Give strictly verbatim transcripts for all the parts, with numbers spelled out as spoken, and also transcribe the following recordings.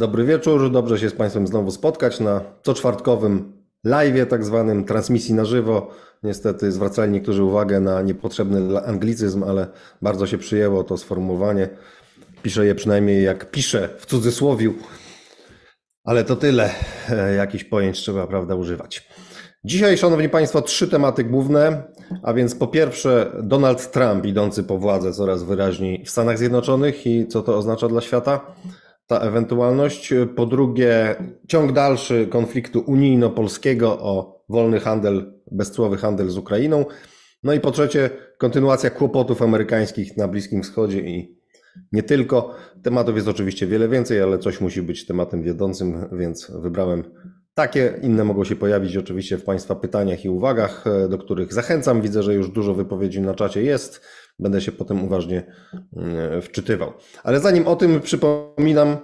Dobry wieczór, dobrze się z Państwem znowu spotkać na coczwartkowym live'ie, tak zwanym transmisji na żywo. Niestety zwracali niektórzy uwagę na niepotrzebny anglicyzm, ale bardzo się przyjęło to sformułowanie. Piszę je przynajmniej jak piszę, w cudzysłowiu, ale to tyle. Jakichś pojęć trzeba, prawda, używać. Dzisiaj, Szanowni Państwo, trzy tematy główne, a więc po pierwsze Donald Trump idący po władzę coraz wyraźniej w Stanach Zjednoczonych i co to oznacza dla świata, ta ewentualność. Po drugie ciąg dalszy konfliktu unijno-polskiego o wolny handel, bezcłowy handel z Ukrainą. No i po trzecie kontynuacja kłopotów amerykańskich na Bliskim Wschodzie i nie tylko. Tematów jest oczywiście wiele więcej, ale coś musi być tematem wiodącym, więc wybrałem takie. Inne mogą się pojawić oczywiście w Państwa pytaniach i uwagach, do których zachęcam. Widzę, że już dużo wypowiedzi na czacie jest. Będę się potem uważnie wczytywał. Ale zanim o tym przypominam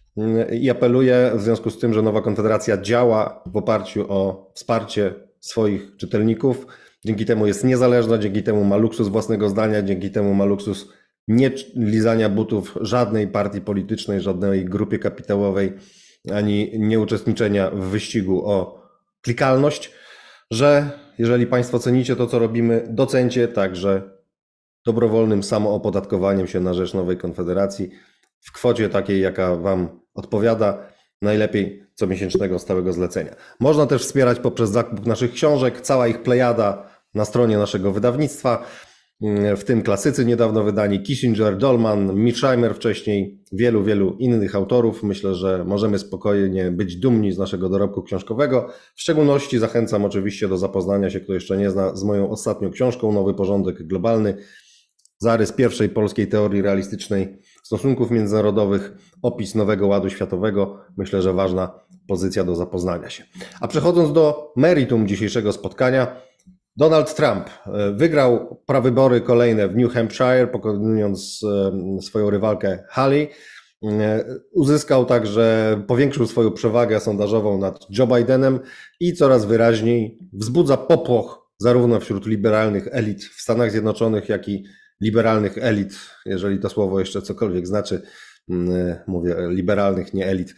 i apeluję w związku z tym, że Nowa Konfederacja działa w oparciu o wsparcie swoich czytelników. Dzięki temu jest niezależna, dzięki temu ma luksus własnego zdania, dzięki temu ma luksus nie lizania butów żadnej partii politycznej, żadnej grupie kapitałowej, ani nieuczestniczenia w wyścigu o klikalność, że jeżeli Państwo cenicie to, co robimy, docencie także dobrowolnym samoopodatkowaniem się na rzecz Nowej Konfederacji w kwocie takiej, jaka Wam odpowiada, najlepiej comiesięcznego stałego zlecenia. Można też wspierać poprzez zakup naszych książek, cała ich plejada na stronie naszego wydawnictwa, w tym klasycy niedawno wydani, Kissinger, Dolman, Mearsheimer wcześniej, wielu, wielu innych autorów. Myślę, że możemy spokojnie być dumni z naszego dorobku książkowego. W szczególności zachęcam oczywiście do zapoznania się, kto jeszcze nie zna, z moją ostatnią książką, Nowy Porządek Globalny. Zarys pierwszej polskiej teorii realistycznej stosunków międzynarodowych, opis nowego ładu światowego. Myślę, że ważna pozycja do zapoznania się. A przechodząc do meritum dzisiejszego spotkania, Donald Trump wygrał prawybory kolejne w New Hampshire, pokonując swoją rywalkę Haley. Uzyskał także, powiększył swoją przewagę sondażową nad Joe Bidenem i coraz wyraźniej wzbudza popłoch zarówno wśród liberalnych elit w Stanach Zjednoczonych, jak i liberalnych elit, jeżeli to słowo jeszcze cokolwiek znaczy, mówię liberalnych, nie elit,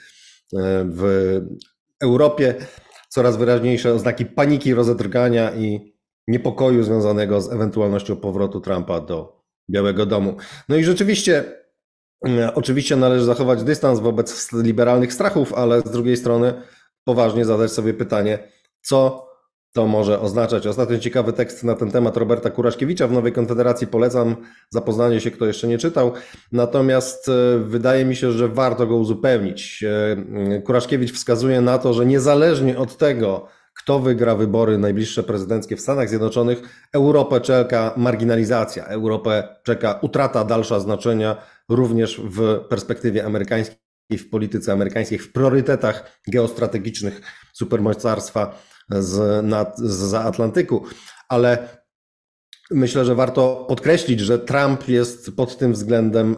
w Europie. Coraz wyraźniejsze oznaki paniki, rozedrgania i niepokoju związanego z ewentualnością powrotu Trumpa do Białego Domu. No i rzeczywiście, oczywiście należy zachować dystans wobec liberalnych strachów, ale z drugiej strony poważnie zadać sobie pytanie, co to może oznaczać. Ostatnio ciekawy tekst na ten temat Roberta Kuraszkiewicza w Nowej Konfederacji, polecam zapoznanie się, kto jeszcze nie czytał. Natomiast wydaje mi się, że warto go uzupełnić. Kuraszkiewicz wskazuje na to, że niezależnie od tego, kto wygra wybory najbliższe prezydenckie w Stanach Zjednoczonych, Europę czeka marginalizacja, Europę czeka utrata dalsza znaczenia również w perspektywie amerykańskiej, w polityce amerykańskiej, w priorytetach geostrategicznych supermocarstwa z, nad, z Atlantyku. Ale myślę, że warto podkreślić, że Trump jest pod tym względem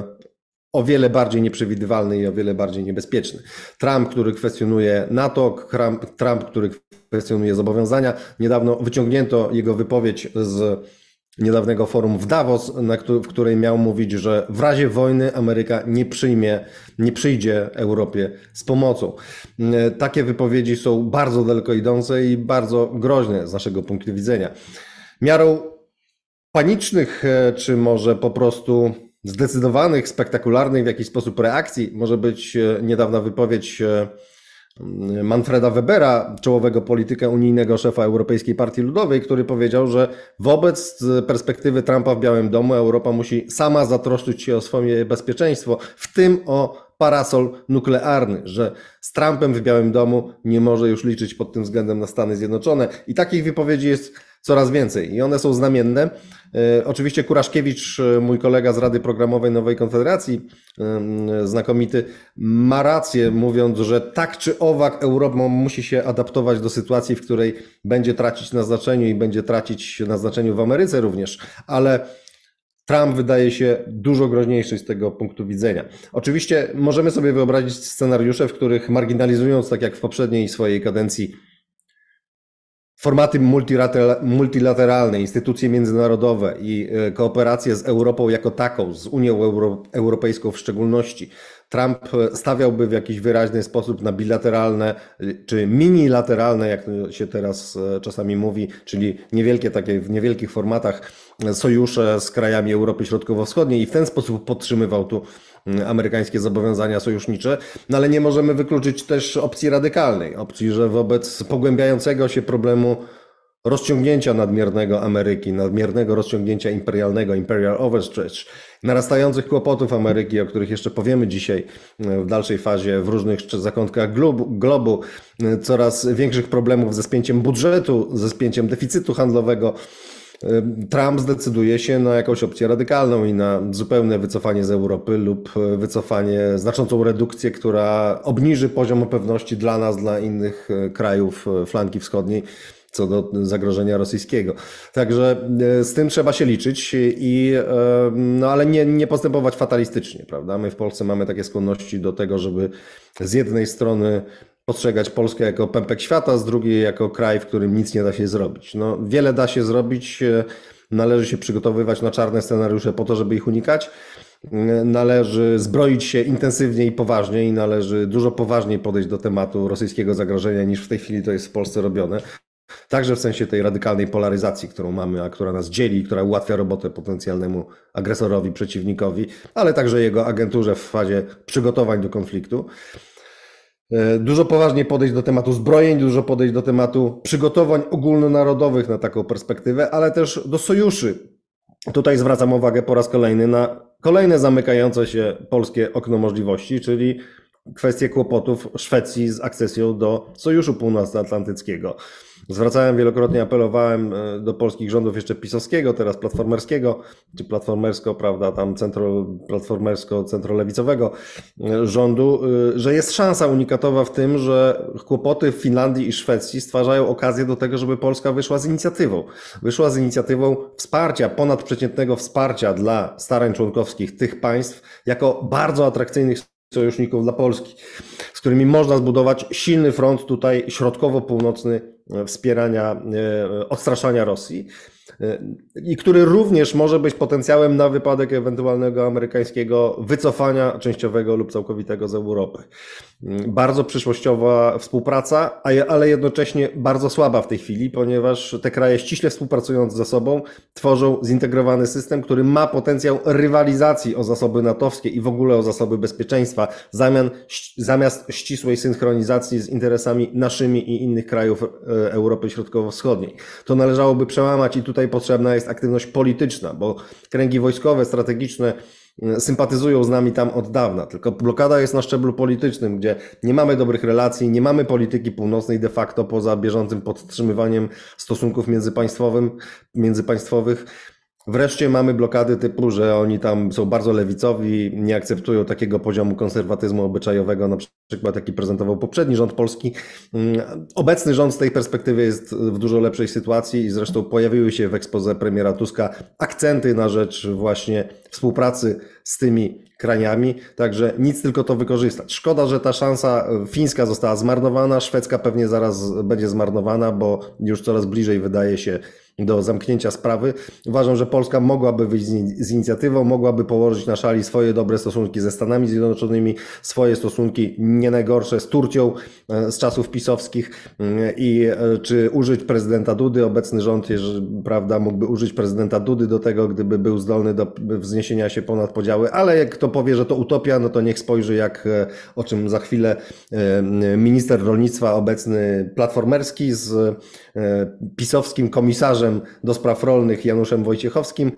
o wiele bardziej nieprzewidywalny i o wiele bardziej niebezpieczny. Trump, który kwestionuje NATO, Trump, który kwestionuje zobowiązania. Niedawno wyciągnięto jego wypowiedź z niedawnego forum w Davos, na w której miał mówić, że w razie wojny Ameryka nie przyjmie, nie przyjdzie Europie z pomocą. Takie wypowiedzi są bardzo daleko idące i bardzo groźne z naszego punktu widzenia. Miarą panicznych, czy może po prostu zdecydowanych, spektakularnych w jakiś sposób reakcji może być niedawna wypowiedź Manfreda Webera, czołowego polityka unijnego, szefa Europejskiej Partii Ludowej, który powiedział, że wobec perspektywy Trumpa w Białym Domu Europa musi sama zatroszczyć się o swoje bezpieczeństwo, w tym o parasol nuklearny, że z Trumpem w Białym Domu nie może już liczyć pod tym względem na Stany Zjednoczone. I takich wypowiedzi jest coraz więcej i one są znamienne. Oczywiście Kuraszkiewicz, mój kolega z Rady Programowej Nowej Konfederacji, znakomity, ma rację, mówiąc, że tak czy owak Europa musi się adaptować do sytuacji, w której będzie tracić na znaczeniu i będzie tracić na znaczeniu w Ameryce również, ale Trump wydaje się dużo groźniejszy z tego punktu widzenia. Oczywiście możemy sobie wyobrazić scenariusze, w których marginalizując, tak jak w poprzedniej swojej kadencji, formaty multilateralne, instytucje międzynarodowe i kooperację z Europą jako taką, z Unią Euro- Europejską w szczególności, Trump stawiałby w jakiś wyraźny sposób na bilateralne czy minilateralne, jak się teraz czasami mówi, czyli niewielkie takie w niewielkich formatach sojusze z krajami Europy Środkowo-Wschodniej i w ten sposób podtrzymywał tu amerykańskie zobowiązania sojusznicze, no ale nie możemy wykluczyć też opcji radykalnej, opcji, że wobec pogłębiającego się problemu rozciągnięcia nadmiernego Ameryki, nadmiernego rozciągnięcia imperialnego, imperial overstretch, narastających kłopotów Ameryki, o których jeszcze powiemy dzisiaj w dalszej fazie w różnych zakątkach globu, globu, coraz większych problemów ze spięciem budżetu, ze spięciem deficytu handlowego, Trump zdecyduje się na jakąś opcję radykalną i na zupełne wycofanie z Europy lub wycofanie, znaczącą redukcję, która obniży poziom pewności dla nas, dla innych krajów flanki wschodniej co do zagrożenia rosyjskiego. Także z tym trzeba się liczyć, i, no ale nie, nie postępować fatalistycznie, prawda? My w Polsce mamy takie skłonności do tego, żeby z jednej strony postrzegać Polskę jako pępek świata, z drugiej jako kraj, w którym nic nie da się zrobić. No, wiele da się zrobić, należy się przygotowywać na czarne scenariusze po to, żeby ich unikać. Należy zbroić się intensywnie i poważnie i należy dużo poważniej podejść do tematu rosyjskiego zagrożenia niż w tej chwili to jest w Polsce robione. Także w sensie tej radykalnej polaryzacji, którą mamy, a która nas dzieli, która ułatwia robotę potencjalnemu agresorowi, przeciwnikowi, ale także jego agenturze w fazie przygotowań do konfliktu. Dużo poważniej podejść do tematu zbrojeń, dużo podejść do tematu przygotowań ogólnonarodowych na taką perspektywę, ale też do sojuszy. Tutaj zwracam uwagę po raz kolejny na kolejne zamykające się polskie okno możliwości, czyli kwestię kłopotów Szwecji z akcesją do Sojuszu Północnoatlantyckiego. Zwracałem wielokrotnie, apelowałem do polskich rządów jeszcze pisowskiego, teraz platformerskiego, czy platformersko, prawda, tam centro, platformersko, centrolewicowego rządu, że jest szansa unikatowa w tym, że kłopoty w Finlandii i Szwecji stwarzają okazję do tego, żeby Polska wyszła z inicjatywą. Wyszła z inicjatywą wsparcia, ponadprzeciętnego wsparcia dla starań członkowskich tych państw jako bardzo atrakcyjnych sojuszników dla Polski, z którymi można zbudować silny front tutaj środkowo-północny wspierania, odstraszania Rosji i który również może być potencjałem na wypadek ewentualnego amerykańskiego wycofania częściowego lub całkowitego z Europy. Bardzo przyszłościowa współpraca, ale jednocześnie bardzo słaba w tej chwili, ponieważ te kraje ściśle współpracując ze sobą tworzą zintegrowany system, który ma potencjał rywalizacji o zasoby natowskie i w ogóle o zasoby bezpieczeństwa, zamiast ścisłej synchronizacji z interesami naszymi i innych krajów Europy Środkowo-Wschodniej. To należałoby przełamać i tutaj potrzebna jest aktywność polityczna, bo kręgi wojskowe, strategiczne sympatyzują z nami tam od dawna, tylko blokada jest na szczeblu politycznym, gdzie nie mamy dobrych relacji, nie mamy polityki północnej de facto poza bieżącym podtrzymywaniem stosunków międzypaństwowym, międzypaństwowych. Wreszcie mamy blokady typu, że oni tam są bardzo lewicowi, nie akceptują takiego poziomu konserwatyzmu obyczajowego, na przykład jaki prezentował poprzedni rząd polski. Obecny rząd z tej perspektywy jest w dużo lepszej sytuacji i zresztą pojawiły się w exposé premiera Tuska akcenty na rzecz właśnie współpracy z tymi krajami, także nic tylko to wykorzystać. Szkoda, że ta szansa fińska została zmarnowana, szwedzka pewnie zaraz będzie zmarnowana, bo już coraz bliżej wydaje się do zamknięcia sprawy. Uważam, że Polska mogłaby wyjść z inicjatywą, mogłaby położyć na szali swoje dobre stosunki ze Stanami Zjednoczonymi, swoje stosunki nie najgorsze z Turcją z czasów pisowskich i czy użyć prezydenta Dudy. Obecny rząd, prawda, mógłby użyć prezydenta Dudy do tego, gdyby był zdolny do wzniesienia się ponad podziały, ale jak kto powie, że to utopia, no to niech spojrzy, jak, o czym za chwilę minister rolnictwa obecny platformerski z pisowskim komisarzem do spraw rolnych Januszem Wojciechowskim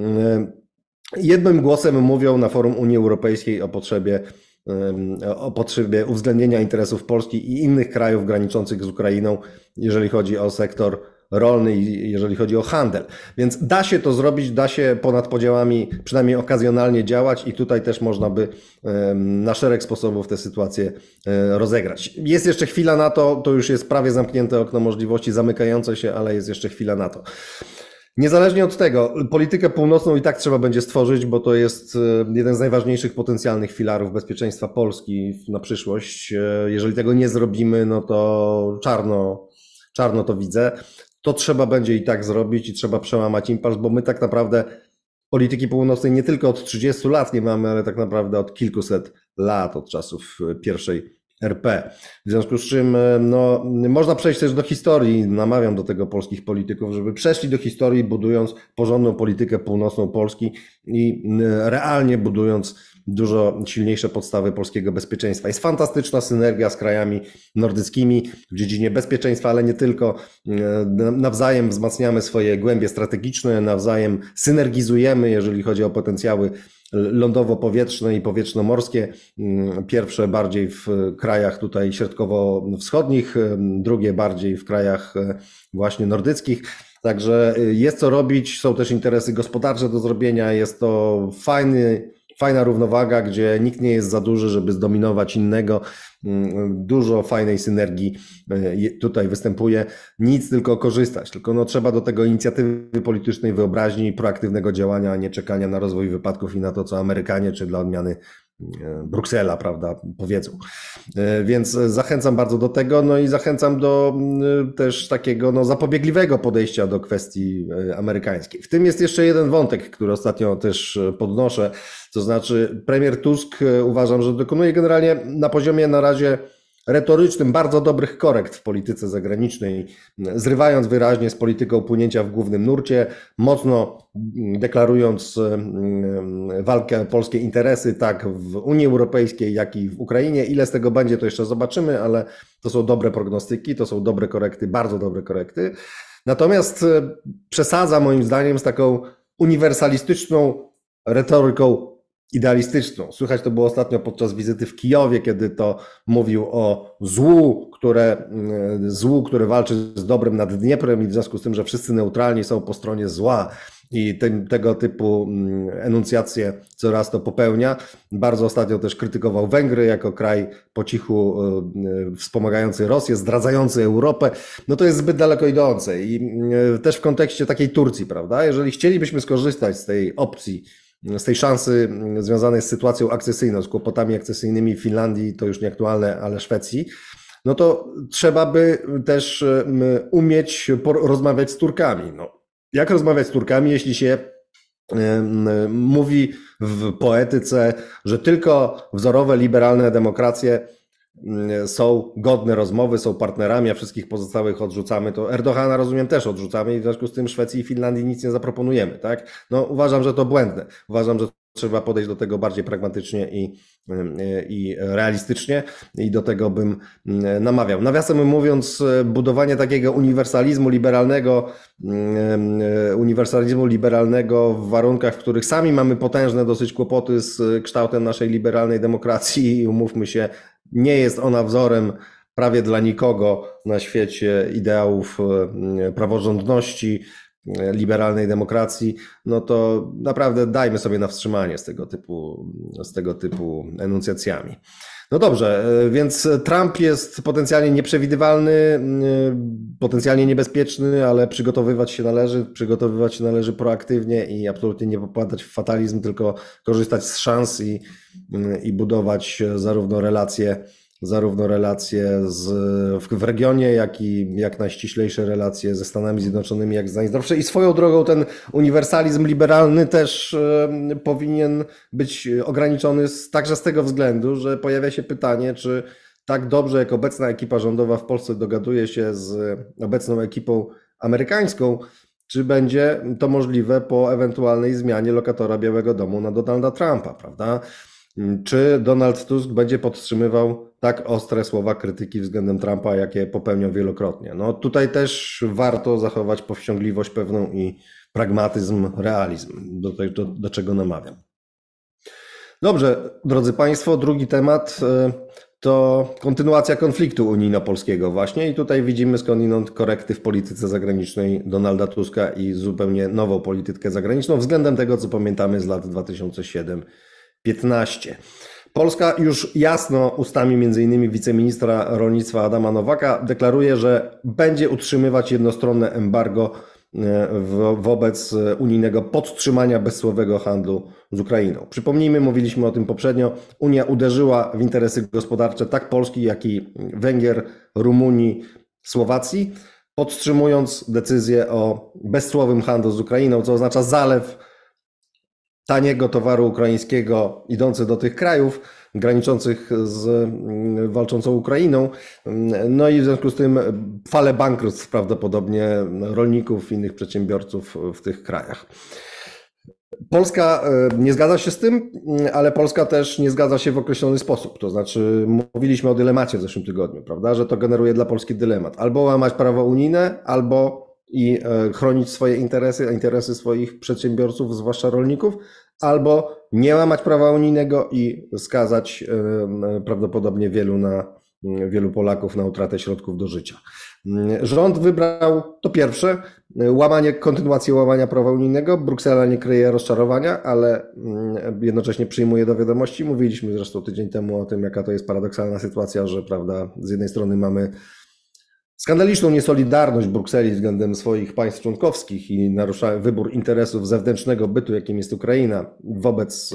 jednym głosem mówią na forum Unii Europejskiej o potrzebie, o potrzebie uwzględnienia interesów Polski i innych krajów graniczących z Ukrainą, jeżeli chodzi o sektor rolny i jeżeli chodzi o handel. Więc da się to zrobić, da się ponad podziałami przynajmniej okazjonalnie działać i tutaj też można by na szereg sposobów tę sytuację rozegrać. Jest jeszcze chwila na to, to już jest prawie zamknięte okno możliwości, zamykające się, ale jest jeszcze chwila na to. Niezależnie od tego, politykę północną i tak trzeba będzie stworzyć, bo to jest jeden z najważniejszych potencjalnych filarów bezpieczeństwa Polski na przyszłość. Jeżeli tego nie zrobimy, no to czarno, czarno to widzę. To trzeba będzie i tak zrobić i trzeba przełamać impas, bo my tak naprawdę polityki północnej nie tylko od trzydziestu lat nie mamy, ale tak naprawdę od kilkuset lat, od czasów pierwszej R P. W związku z czym no, można przejść też do historii. Namawiam do tego polskich polityków, żeby przeszli do historii, budując porządną politykę północną Polski i realnie budując dużo silniejsze podstawy polskiego bezpieczeństwa. Jest fantastyczna synergia z krajami nordyckimi w dziedzinie bezpieczeństwa, ale nie tylko. Nawzajem wzmacniamy swoje głębie strategiczne, nawzajem synergizujemy, jeżeli chodzi o potencjały lądowo-powietrzne i powietrzno-morskie. Pierwsze bardziej w krajach tutaj środkowo-wschodnich, drugie bardziej w krajach właśnie nordyckich. Także jest co robić, są też interesy gospodarcze do zrobienia, jest to fajny, fajna równowaga, gdzie nikt nie jest za duży, żeby zdominować innego. Dużo fajnej synergii tutaj występuje. Nic, tylko korzystać. Tylko no, trzeba do tego inicjatywy politycznej, wyobraźni, proaktywnego działania, a nie czekania na rozwój wypadków i na to, co Amerykanie, czy dla odmiany Bruksela, prawda, powiedzą. Więc zachęcam bardzo do tego, no i zachęcam do też takiego no, zapobiegliwego podejścia do kwestii amerykańskiej. W tym jest jeszcze jeden wątek, który ostatnio też podnoszę, to znaczy premier Tusk uważam, że dokonuje generalnie na poziomie na razie retorycznym bardzo dobrych korekt w polityce zagranicznej, zrywając wyraźnie z polityką płynięcia w głównym nurcie, mocno deklarując walkę o polskie interesy tak w Unii Europejskiej, jak i w Ukrainie. Ile z tego będzie, to jeszcze zobaczymy, ale to są dobre prognostyki, to są dobre korekty, bardzo dobre korekty. Natomiast przesadza moim zdaniem z taką uniwersalistyczną retoryką idealistyczną. Słychać to było ostatnio podczas wizyty w Kijowie, kiedy to mówił o złu, które, złu, które walczy z dobrem nad Dnieprem i w związku z tym, że wszyscy neutralni są po stronie zła i tym, tego typu enuncjacje coraz to popełnia. Bardzo ostatnio też krytykował Węgry jako kraj po cichu wspomagający Rosję, zdradzający Europę. No to jest zbyt daleko idące i też w kontekście takiej Turcji, prawda? Jeżeli chcielibyśmy skorzystać z tej opcji, z tej szansy związanej z sytuacją akcesyjną, z kłopotami akcesyjnymi w Finlandii, to już nieaktualne, ale Szwecji, no to trzeba by też umieć rozmawiać z Turkami. No, jak rozmawiać z Turkami, jeśli się mówi w poetyce, że tylko wzorowe, liberalne demokracje są godne rozmowy, są partnerami, a wszystkich pozostałych odrzucamy, to Erdogana, rozumiem, też odrzucamy i w związku z tym Szwecji i Finlandii nic nie zaproponujemy, tak? No uważam, że to błędne. Uważam, że trzeba podejść do tego bardziej pragmatycznie i, i realistycznie i do tego bym namawiał. Nawiasem mówiąc, budowanie takiego uniwersalizmu liberalnego, uniwersalizmu liberalnego w warunkach, w których sami mamy potężne dosyć kłopoty z kształtem naszej liberalnej demokracji i umówmy się, nie jest ona wzorem prawie dla nikogo na świecie ideałów praworządności, liberalnej demokracji, no to naprawdę dajmy sobie na wstrzymanie z tego typu, z tego typu enuncjacjami. No dobrze, więc Trump jest potencjalnie nieprzewidywalny, potencjalnie niebezpieczny, ale przygotowywać się należy, przygotowywać się należy proaktywnie i absolutnie nie popadać w fatalizm, tylko korzystać z szans i, i budować zarówno relacje zarówno relacje z, w, w regionie, jak i jak najściślejsze relacje ze Stanami Zjednoczonymi, jak z najzdrowsze. I swoją drogą ten uniwersalizm liberalny też e, powinien być ograniczony z, także z tego względu, że pojawia się pytanie, czy tak dobrze jak obecna ekipa rządowa w Polsce dogaduje się z obecną ekipą amerykańską, czy będzie to możliwe po ewentualnej zmianie lokatora Białego Domu na Donalda Trumpa, prawda? Czy Donald Tusk będzie podtrzymywał tak ostre słowa krytyki względem Trumpa, jakie popełniał wielokrotnie? No tutaj też warto zachować powściągliwość pewną i pragmatyzm, realizm, do, do, do czego namawiam. Dobrze, drodzy Państwo, drugi temat to kontynuacja konfliktu unijno-polskiego właśnie i tutaj widzimy skądinąd korekty w polityce zagranicznej Donalda Tuska i zupełnie nową politykę zagraniczną względem tego, co pamiętamy z lat dwa tysiące siódmy piętnaście. Polska już jasno ustami między innymi wiceministra rolnictwa Adama Nowaka deklaruje, że będzie utrzymywać jednostronne embargo wobec unijnego podtrzymania bezcłowego handlu z Ukrainą. Przypomnijmy, mówiliśmy o tym poprzednio, Unia uderzyła w interesy gospodarcze tak Polski, jak i Węgier, Rumunii, Słowacji, podtrzymując decyzję o bezcłowym handlu z Ukrainą, co oznacza zalew taniego towaru ukraińskiego idący do tych krajów graniczących z walczącą Ukrainą. No i w związku z tym fale bankructw prawdopodobnie rolników i innych przedsiębiorców w tych krajach. Polska nie zgadza się z tym, ale Polska też nie zgadza się w określony sposób. To znaczy, mówiliśmy o dylemacie w zeszłym tygodniu, prawda, że to generuje dla Polski dylemat. Albo łamać prawo unijne, albo i chronić swoje interesy, interesy swoich przedsiębiorców, zwłaszcza rolników, albo nie łamać prawa unijnego i skazać prawdopodobnie wielu, na, wielu Polaków na utratę środków do życia. Rząd wybrał to pierwsze, łamanie, kontynuację łamania prawa unijnego. Bruksela nie kryje rozczarowania, ale jednocześnie przyjmuje do wiadomości. Mówiliśmy zresztą tydzień temu o tym, jaka to jest paradoksalna sytuacja, że prawda, z jednej strony mamy skandaliczną niesolidarność Brukseli względem swoich państw członkowskich i narusza wybór interesów zewnętrznego bytu, jakim jest Ukraina, wobec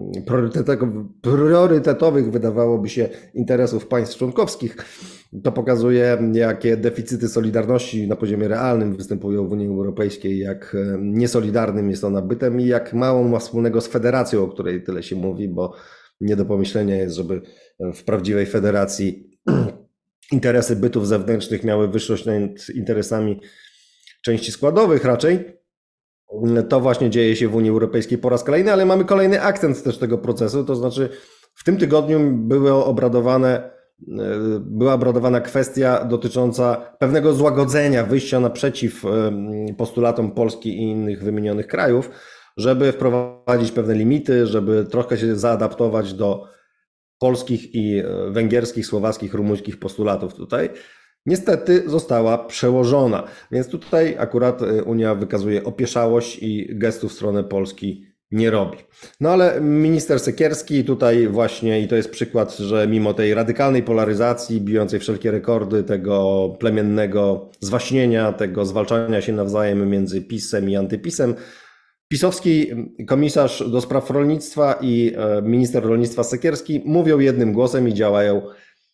priorytetowych, wydawałoby się, interesów państw członkowskich. To pokazuje, jakie deficyty solidarności na poziomie realnym występują w Unii Europejskiej, jak niesolidarnym jest ona bytem i jak mało ma wspólnego z federacją, o której tyle się mówi, bo nie do pomyślenia jest, żeby w prawdziwej federacji interesy bytów zewnętrznych miały wyższość nad interesami części składowych raczej. To właśnie dzieje się w Unii Europejskiej po raz kolejny, ale mamy kolejny akcent też tego procesu, to znaczy w tym tygodniu były obradowane, była obradowana kwestia dotycząca pewnego złagodzenia, wyjścia naprzeciw postulatom Polski i innych wymienionych krajów, żeby wprowadzić pewne limity, żeby trochę się zaadaptować do polskich i węgierskich, słowackich, rumuńskich postulatów tutaj, niestety została przełożona. Więc tutaj akurat Unia wykazuje opieszałość i gestów w stronę Polski nie robi. No ale minister Sekierski tutaj właśnie, i to jest przykład, że mimo tej radykalnej polaryzacji, bijącej wszelkie rekordy tego plemiennego zwaśnienia, tego zwalczania się nawzajem między PiS-em i antypisem, pisowski komisarz do spraw rolnictwa i minister rolnictwa Sekierski mówią jednym głosem i działają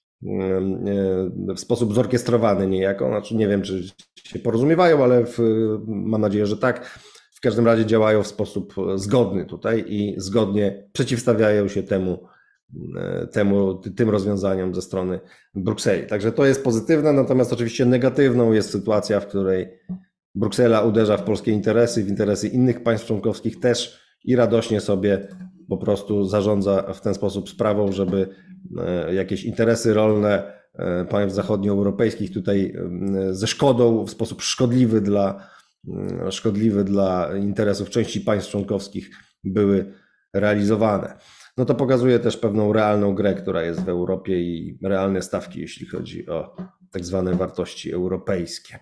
w sposób zorkiestrowany niejako. Znaczy nie wiem, czy się porozumiewają, ale w, mam nadzieję, że tak. W każdym razie działają w sposób zgodny tutaj i zgodnie przeciwstawiają się temu, temu, tym rozwiązaniom ze strony Brukseli. Także to jest pozytywne, natomiast oczywiście negatywną jest sytuacja, w której Bruksela uderza w polskie interesy, w interesy innych państw członkowskich też i radośnie sobie po prostu zarządza w ten sposób sprawą, żeby jakieś interesy rolne państw zachodnioeuropejskich tutaj ze szkodą, w sposób szkodliwy dla, szkodliwy dla interesów części państw członkowskich były realizowane. No to pokazuje też pewną realną grę, która jest w Europie i realne stawki, jeśli chodzi o tak zwane wartości europejskie.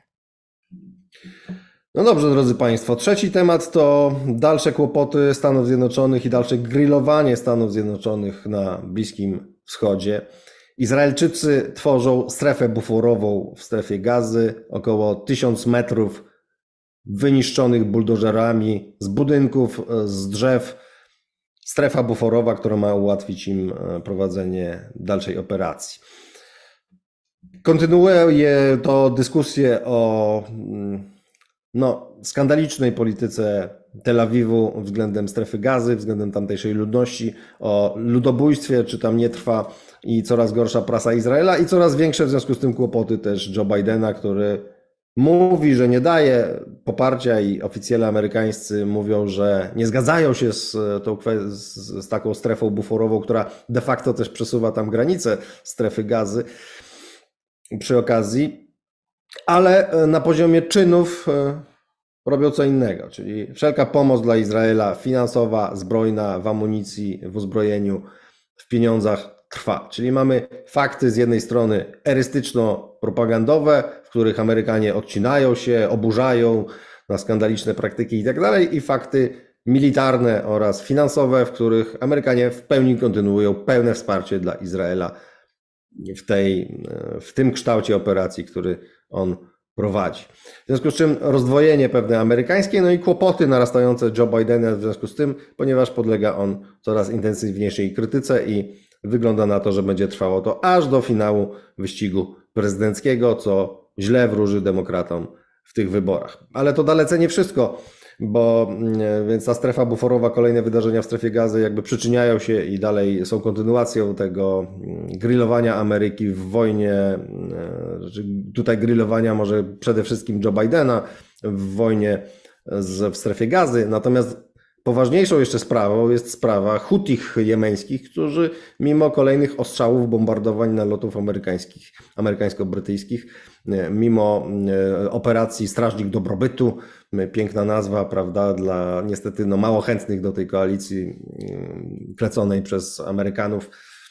No dobrze, drodzy Państwo, trzeci temat to dalsze kłopoty Stanów Zjednoczonych i dalsze grillowanie Stanów Zjednoczonych na Bliskim Wschodzie. Izraelczycy tworzą strefę buforową w strefie Gazy, około tysiąc metrów wyniszczonych buldożerami z budynków, z drzew. Strefa buforowa, która ma ułatwić im prowadzenie dalszej operacji. Kontynuuje to dyskusję o no, skandalicznej polityce Tel Awiwu względem strefy Gazy, względem tamtejszej ludności, o ludobójstwie, czy tam nie trwa i coraz gorsza prasa Izraela i coraz większe w związku z tym kłopoty też Joe Bidena, który mówi, że nie daje poparcia i oficjele amerykańscy mówią, że nie zgadzają się z, tą, z, z taką strefą buforową, która de facto też przesuwa tam granice strefy Gazy przy okazji, ale na poziomie czynów robią co innego, czyli wszelka pomoc dla Izraela finansowa, zbrojna, w amunicji, w uzbrojeniu, w pieniądzach trwa. Czyli mamy fakty z jednej strony erystyczno-propagandowe, w których Amerykanie odcinają się, oburzają na skandaliczne praktyki i tak dalej, i fakty militarne oraz finansowe, w których Amerykanie w pełni kontynuują pełne wsparcie dla Izraela w, tej, w tym kształcie operacji, który on prowadzi. W związku z czym rozdwojenie pewne amerykańskie, no i kłopoty narastające Joe Bidena w związku z tym, ponieważ podlega on coraz intensywniejszej krytyce i wygląda na to, że będzie trwało to aż do finału wyścigu prezydenckiego, co źle wróży demokratom w tych wyborach. Ale to dalece nie wszystko. bo więc ta strefa buforowa, kolejne wydarzenia w strefie Gazy jakby przyczyniają się i dalej są kontynuacją tego grillowania Ameryki w wojnie, tutaj grillowania może przede wszystkim Joe Bidena w wojnie z, w strefie Gazy, natomiast poważniejszą jeszcze sprawą jest sprawa Hutich jemeńskich, którzy mimo kolejnych ostrzałów, bombardowań nalotów amerykańskich, amerykańsko-brytyjskich, mimo operacji Strażnik Dobrobytu, piękna nazwa, prawda, dla niestety no, mało chętnych do tej koalicji pleconej przez Amerykanów,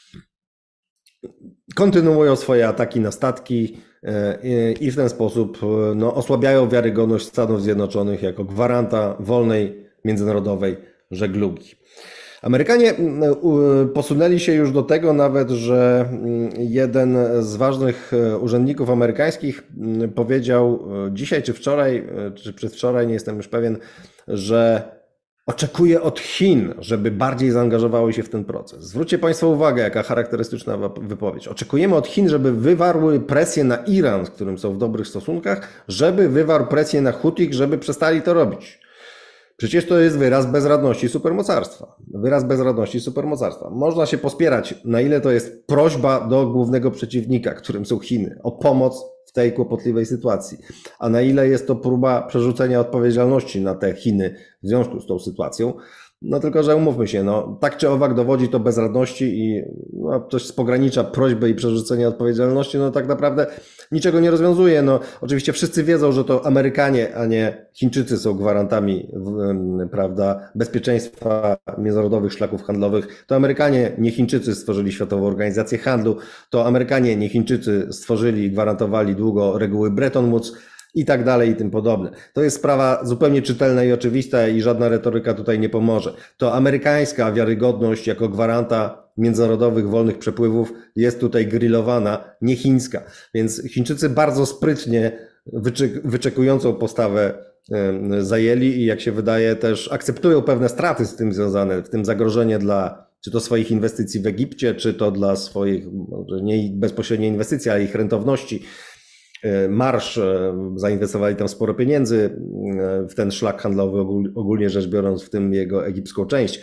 kontynuują swoje ataki na statki i w ten sposób no, osłabiają wiarygodność Stanów Zjednoczonych jako gwaranta wolnej międzynarodowej żeglugi. Amerykanie posunęli się już do tego nawet, że jeden z ważnych urzędników amerykańskich powiedział dzisiaj czy wczoraj, czy przedwczoraj, nie jestem już pewien, że oczekuje od Chin, żeby bardziej zaangażowały się w ten proces. Zwróćcie Państwo uwagę, jaka charakterystyczna wypowiedź. Oczekujemy od Chin, żeby wywarły presję na Iran, z którym są w dobrych stosunkach, żeby wywarł presję na Hutich, żeby przestali to robić. Przecież to jest wyraz bezradności supermocarstwa. Wyraz bezradności supermocarstwa. Można się pospierać, na ile to jest prośba do głównego przeciwnika, którym są Chiny, o pomoc w tej kłopotliwej sytuacji, a na ile jest to próba przerzucenia odpowiedzialności na te Chiny w związku z tą sytuacją. No tylko, że umówmy się, no tak czy owak dowodzi to bezradności i no, coś z pogranicza prośby i przerzucenia odpowiedzialności, no tak naprawdę niczego nie rozwiązuje. No oczywiście wszyscy wiedzą, że to Amerykanie, a nie Chińczycy są gwarantami, prawda, bezpieczeństwa międzynarodowych szlaków handlowych. To Amerykanie, nie Chińczycy stworzyli Światową Organizację Handlu, to Amerykanie, nie Chińczycy stworzyli i gwarantowali długo reguły Bretton Woods i tak dalej i tym podobne. To jest sprawa zupełnie czytelna i oczywista i żadna retoryka tutaj nie pomoże. To amerykańska wiarygodność jako gwaranta międzynarodowych wolnych przepływów jest tutaj grillowana, nie chińska. Więc Chińczycy bardzo sprytnie wyczekującą postawę zajęli i jak się wydaje też akceptują pewne straty z tym związane, w tym zagrożenie dla czy to swoich inwestycji w Egipcie, czy to dla swoich, może nie bezpośredniej inwestycji, ale ich rentowności. Marsz, zainwestowali tam sporo pieniędzy w ten szlak handlowy, ogólnie rzecz biorąc, w tym jego egipską część,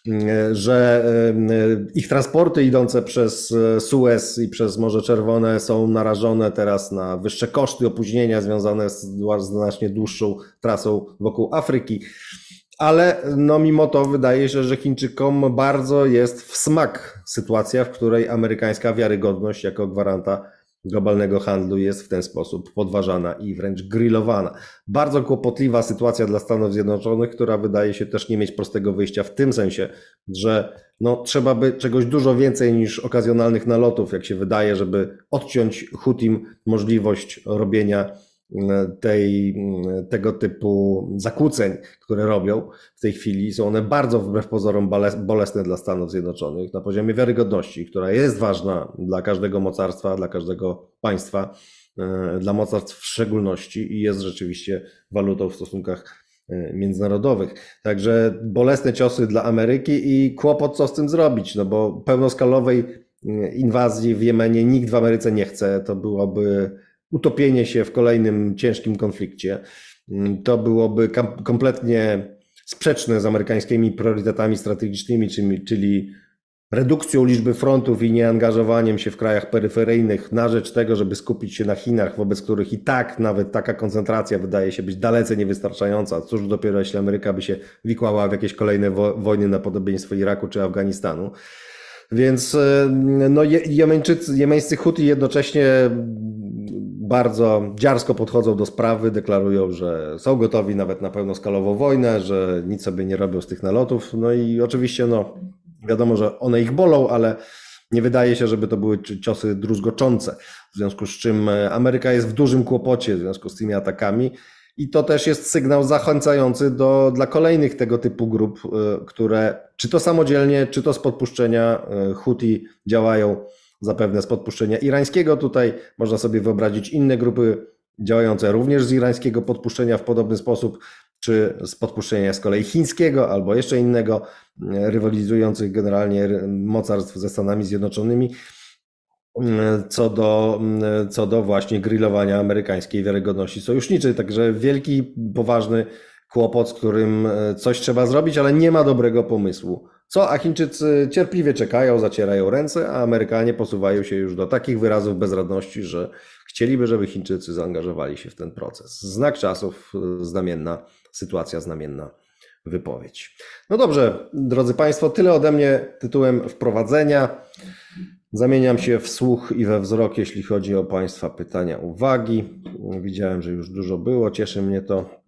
że ich transporty idące przez Suez i przez Morze Czerwone są narażone teraz na wyższe koszty, opóźnienia związane z znacznie dłuższą trasą wokół Afryki. Ale no mimo to wydaje się, że Chińczykom bardzo jest w smak sytuacja, w której amerykańska wiarygodność jako gwaranta globalnego handlu jest w ten sposób podważana i wręcz grillowana. Bardzo kłopotliwa sytuacja dla Stanów Zjednoczonych, która wydaje się też nie mieć prostego wyjścia w tym sensie, że no, trzeba by czegoś dużo więcej niż okazjonalnych nalotów, jak się wydaje, żeby odciąć Hutim możliwość robienia tej, tego typu zakłóceń, które robią w tej chwili. Są one bardzo wbrew pozorom bolesne dla Stanów Zjednoczonych na poziomie wiarygodności, która jest ważna dla każdego mocarstwa, dla każdego państwa, dla mocarstw w szczególności i jest rzeczywiście walutą w stosunkach międzynarodowych. Także bolesne ciosy dla Ameryki i kłopot, co z tym zrobić, no bo pełnoskalowej inwazji w Jemenie nikt w Ameryce nie chce. To byłoby utopienie się w kolejnym ciężkim konflikcie. To byłoby kompletnie sprzeczne z amerykańskimi priorytetami strategicznymi, czyli redukcją liczby frontów i nieangażowaniem się w krajach peryferyjnych na rzecz tego, żeby skupić się na Chinach, wobec których i tak nawet taka koncentracja wydaje się być dalece niewystarczająca. Cóż dopiero, jeśli Ameryka by się wikłała w jakieś kolejne wo- wojny na podobieństwo Iraku czy Afganistanu. Więc no, Jemeńczycy, jemeńscy Huti jednocześnie bardzo dziarsko podchodzą do sprawy, deklarują, że są gotowi nawet na pełnoskalową wojnę, że nic sobie nie robią z tych nalotów. No i oczywiście no, wiadomo, że one ich bolą, ale nie wydaje się, żeby to były ciosy druzgoczące. W związku z czym Ameryka jest w dużym kłopocie w związku z tymi atakami. I to też jest sygnał zachęcający do, dla kolejnych tego typu grup, które czy to samodzielnie, czy to z podpuszczenia Huti działają, zapewne z podpuszczenia irańskiego. Tutaj można sobie wyobrazić inne grupy działające również z irańskiego podpuszczenia w podobny sposób, czy z podpuszczenia z kolei chińskiego albo jeszcze innego, rywalizujących generalnie mocarstw ze Stanami Zjednoczonymi. Co do, co do właśnie grillowania amerykańskiej wiarygodności sojuszniczej. Także wielki, poważny kłopot, z którym coś trzeba zrobić, ale nie ma dobrego pomysłu. Co? A Chińczycy cierpliwie czekają, zacierają ręce, a Amerykanie posuwają się już do takich wyrazów bezradności, że chcieliby, żeby Chińczycy zaangażowali się w ten proces. Znak czasów, znamienna sytuacja, znamienna wypowiedź. No dobrze, drodzy Państwo, tyle ode mnie tytułem wprowadzenia. Zamieniam się w słuch i we wzrok, jeśli chodzi o Państwa pytania, uwagi. Widziałem, że już dużo było, cieszy mnie to.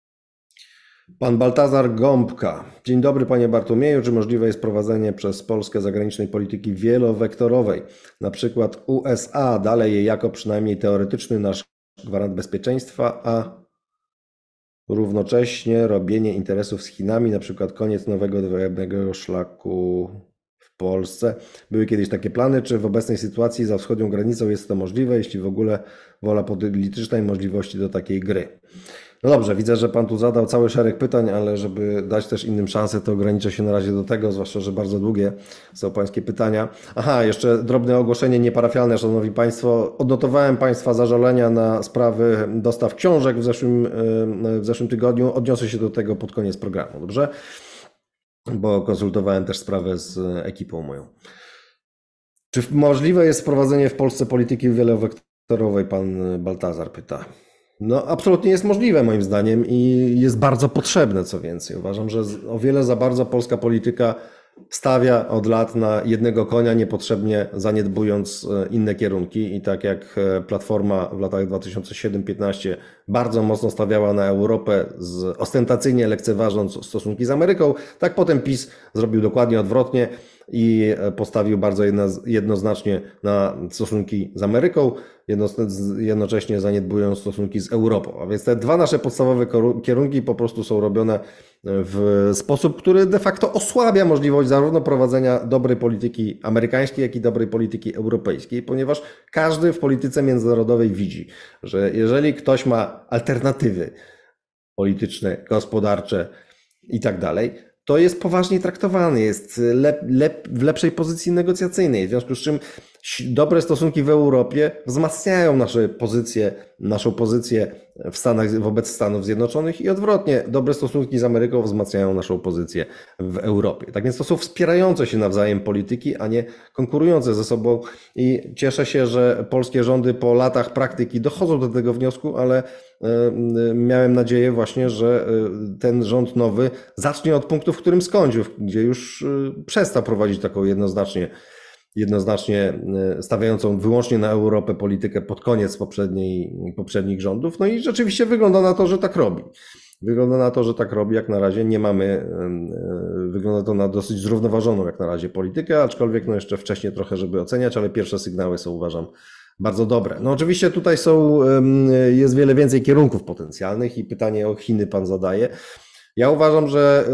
Pan Baltazar Gąbka. Dzień dobry, panie Bartłomieju. Czy możliwe jest prowadzenie przez Polskę zagranicznej polityki wielowektorowej? Na przykład U S A dalej je jako przynajmniej teoretyczny nasz gwarant bezpieczeństwa, a równocześnie robienie interesów z Chinami, na przykład koniec nowego dwojadnego szlaku w Polsce. Były kiedyś takie plany, czy w obecnej sytuacji za wschodnią granicą jest to możliwe, jeśli w ogóle wola polityczna i możliwości do takiej gry? No dobrze, widzę, że pan tu zadał cały szereg pytań, ale żeby dać też innym szansę, to ograniczę się na razie do tego, zwłaszcza, że bardzo długie są pańskie pytania. Aha, jeszcze drobne ogłoszenie nieparafialne, szanowni państwo. Odnotowałem państwa zażalenia na sprawy dostaw książek w zeszłym, w zeszłym tygodniu. Odniosę się do tego pod koniec programu, dobrze? Bo konsultowałem też sprawę z ekipą moją. Czy możliwe jest wprowadzenie w Polsce polityki wielowektorowej? Pan Baltazar pyta. No, absolutnie jest możliwe moim zdaniem i jest bardzo potrzebne, co więcej. Uważam, że o wiele za bardzo polska polityka stawia od lat na jednego konia, niepotrzebnie zaniedbując inne kierunki i tak jak Platforma w latach dwa tysiące siódmy do dwa tysiące piętnastego bardzo mocno stawiała na Europę, z, ostentacyjnie lekceważąc stosunki z Ameryką, tak potem PiS zrobił dokładnie odwrotnie i postawił bardzo jednoznacznie na stosunki z Ameryką, jednocześnie zaniedbując stosunki z Europą. A więc te dwa nasze podstawowe kierunki po prostu są robione w sposób, który de facto osłabia możliwość zarówno prowadzenia dobrej polityki amerykańskiej, jak i dobrej polityki europejskiej, ponieważ każdy w polityce międzynarodowej widzi, że jeżeli ktoś ma alternatywy polityczne, gospodarcze i tak dalej, to jest poważnie traktowany, jest lep, lep, w lepszej pozycji negocjacyjnej, w związku z czym dobre stosunki w Europie wzmacniają nasze pozycje, naszą pozycję w Stanach, wobec Stanów Zjednoczonych i odwrotnie, dobre stosunki z Ameryką wzmacniają naszą pozycję w Europie. Tak więc to są wspierające się nawzajem polityki, a nie konkurujące ze sobą i cieszę się, że polskie rządy po latach praktyki dochodzą do tego wniosku, ale miałem nadzieję właśnie, że ten rząd nowy zacznie od punktu, w którym skończył, gdzie już przestał prowadzić taką jednoznacznie jednoznacznie stawiającą wyłącznie na Europę politykę pod koniec poprzedniej, poprzednich rządów. No i rzeczywiście wygląda na to, że tak robi. Wygląda na to, że tak robi. Jak na razie nie mamy, wygląda to na dosyć zrównoważoną jak na razie politykę, aczkolwiek no jeszcze wcześniej trochę, żeby oceniać, ale pierwsze sygnały są, uważam, bardzo dobre. No oczywiście tutaj są, jest wiele więcej kierunków potencjalnych i pytanie o Chiny pan zadaje. Ja uważam, że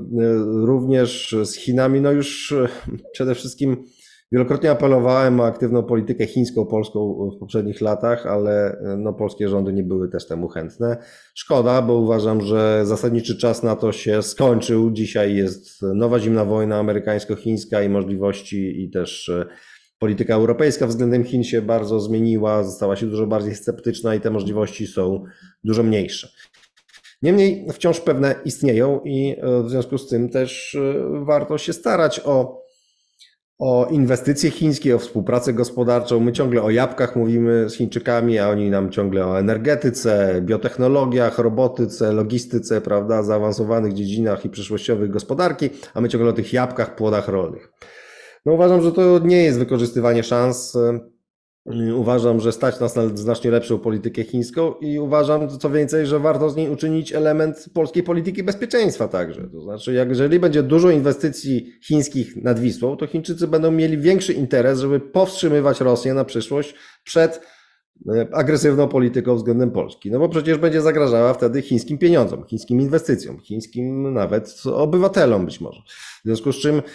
również z Chinami, no już przede wszystkim wielokrotnie apelowałem o aktywną politykę chińską, polską w poprzednich latach, ale no, polskie rządy nie były też temu chętne. Szkoda, bo uważam, że zasadniczy czas na to się skończył. Dzisiaj jest nowa zimna wojna amerykańsko-chińska i możliwości i też polityka europejska względem Chin się bardzo zmieniła, została się dużo bardziej sceptyczna i te możliwości są dużo mniejsze. Niemniej wciąż pewne istnieją i w związku z tym też warto się starać o o inwestycje chińskie, o współpracę gospodarczą. My ciągle o jabłkach mówimy z Chińczykami, a oni nam ciągle o energetyce, biotechnologiach, robotyce, logistyce, prawda, zaawansowanych dziedzinach i przyszłościowych gospodarki, a my ciągle o tych jabłkach, płodach rolnych. No uważam, że to nie jest wykorzystywanie szans. Uważam, że stać nas na znacznie lepszą politykę chińską i uważam, co więcej, że warto z niej uczynić element polskiej polityki bezpieczeństwa także. To znaczy, jak jeżeli będzie dużo inwestycji chińskich nad Wisłą, to Chińczycy będą mieli większy interes, żeby powstrzymywać Rosję na przyszłość przed agresywną polityką względem Polski. No bo przecież będzie zagrażała wtedy chińskim pieniądzom, chińskim inwestycjom, chińskim nawet obywatelom być może. W związku z czym